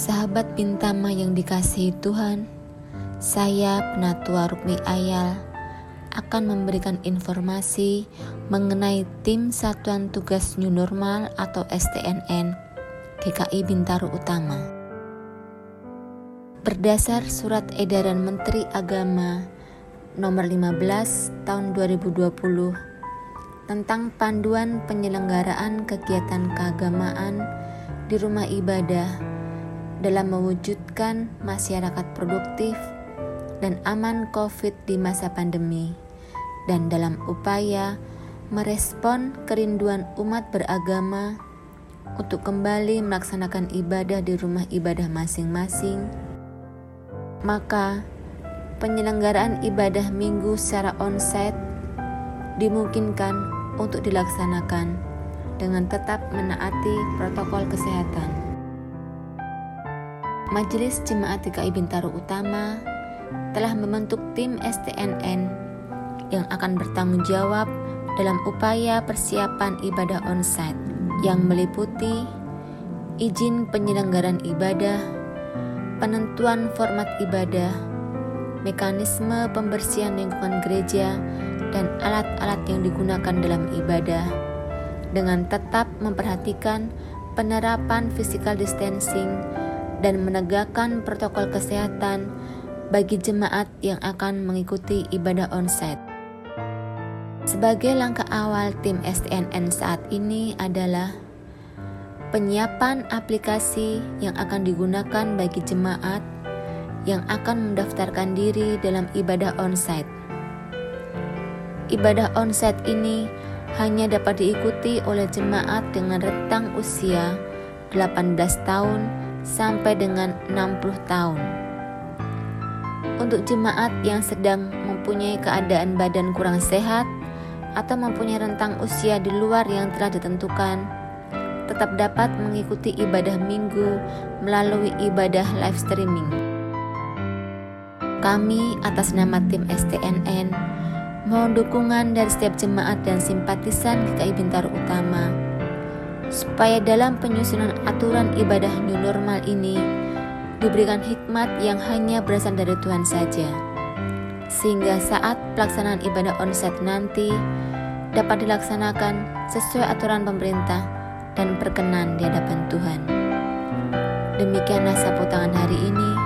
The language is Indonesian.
Sahabat Bintama yang dikasihi Tuhan, saya Penatua Rukmi Ayal akan memberikan informasi mengenai Tim Satuan Tugas New Normal atau STNN GKI Bintaro Utama. Berdasar Surat Edaran Menteri Agama Nomor 15 Tahun 2020 tentang panduan penyelenggaraan kegiatan keagamaan di rumah ibadah dalam mewujudkan masyarakat produktif dan aman COVID di masa pandemi, dan dalam upaya merespon kerinduan umat beragama untuk kembali melaksanakan ibadah di rumah ibadah masing-masing, maka penyelenggaraan ibadah minggu secara onsite dimungkinkan untuk dilaksanakan dengan tetap menaati protokol kesehatan. Majelis Jemaat GKI Bintaro Utama telah membentuk tim STNN yang akan bertanggung jawab dalam upaya persiapan ibadah onsite yang meliputi izin penyelenggaraan ibadah, penentuan format ibadah, mekanisme pembersihan lingkungan gereja, dan alat-alat yang digunakan dalam ibadah, dengan tetap memperhatikan penerapan physical distancing dan menegakkan protokol kesehatan bagi jemaat yang akan mengikuti ibadah onsite. Sebagai langkah awal tim STNN saat ini adalah penyiapan aplikasi yang akan digunakan bagi jemaat yang akan mendaftarkan diri dalam ibadah onsite. Ibadah onsite ini hanya dapat diikuti oleh jemaat dengan rentang usia 18 tahun sampai dengan 60 tahun. Untuk jemaat yang sedang mempunyai keadaan badan kurang sehat atau mempunyai rentang usia di luar yang telah ditentukan, tetap dapat mengikuti ibadah minggu melalui ibadah live streaming. Kami atas nama tim STNN mohon dukungan dari setiap jemaat dan simpatisan GKI Bintaro Utama supaya dalam penyusunan aturan ibadah new normal ini diberikan hikmat yang hanya berasal dari Tuhan saja, sehingga saat pelaksanaan ibadah onsite nanti dapat dilaksanakan sesuai aturan pemerintah dan berkenan di hadapan Tuhan. Demikianlah sapu tangan hari ini.